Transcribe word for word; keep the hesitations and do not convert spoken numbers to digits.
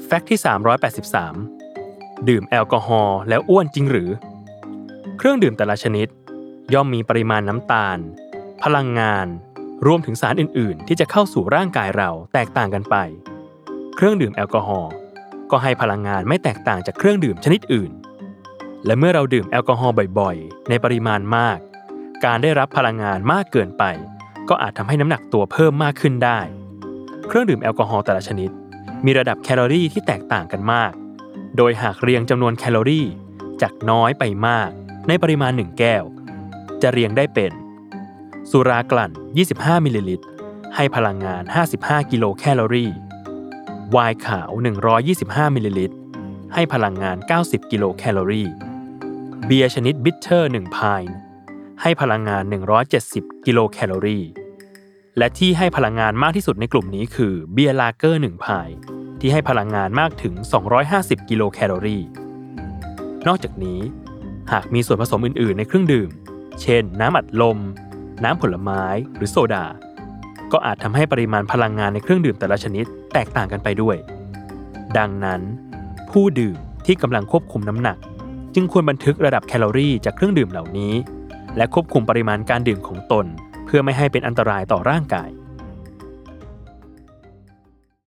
แฟกต์ที่สามร้อยแปดสิบสามดื่มแอลกอฮอล์แล้วอ้วนจริงหรือเครื่องดื่มแต่ละชนิดย่อมมีปริมาณน้ำตาลพลังงานรวมถึงสารอื่นๆที่จะเข้าสู่ร่างกายเราแตกต่างกันไปเครื่องดื่มแอลกอฮอล์ก็ให้พลังงานไม่แตกต่างจากเครื่องดื่มชนิดอื่นและเมื่อเราดื่มแอลกอฮอล์บ่อยๆในปริมาณมากการได้รับพลังงานมากเกินไปก็อาจทำให้น้ำหนักตัวเพิ่มมากขึ้นได้เครื่องดื่มแอลกอฮอล์แต่ละชนิดมีระดับแคลอรี่ที่แตกต่างกันมากโดยหากเรียงจำนวนแคลอรี่จากน้อยไปมากในปริมาณหนึ่งแก้วจะเรียงได้เป็นสุรากลั่นยี่สิบห้ามิลลิลิตรให้พลังงานห้าสิบห้ากิโลแคลอรี่ไวน์ขาวหนึ่งร้อยยี่สิบห้ามิลลิลิตรให้พลังงานเก้าสิบกิโลแคลอรี่เบียร์ชนิดบิทเทอร์หนึ่งไพน์ให้พลังงานหนึ่งร้อยเจ็ดสิบกิโลแคลอรี่และที่ให้พลังงานมากที่สุดในกลุ่มนี้คือเบียร์ลาเกอร์หนึ่งไพน์ที่ให้พลังงานมากถึงสองร้อยห้าสิบกิโลแคลอรี่นอกจากนี้หากมีส่วนผสมอื่นๆในเครื่องดื่มเช่นน้ำอัดลมน้ำผลไม้หรือโซดาก็อาจทำให้ปริมาณพลังงานในเครื่องดื่มแต่ละชนิดแตกต่างกันไปด้วยดังนั้นผู้ดื่มที่กำลังควบคุมน้ำหนักจึงควรบันทึกระดับแคลอรี่จากเครื่องดื่มเหล่านี้และควบคุมปริมาณการดื่มของตนเพื่อไม่ให้เป็นอันตรายต่อร่างกาย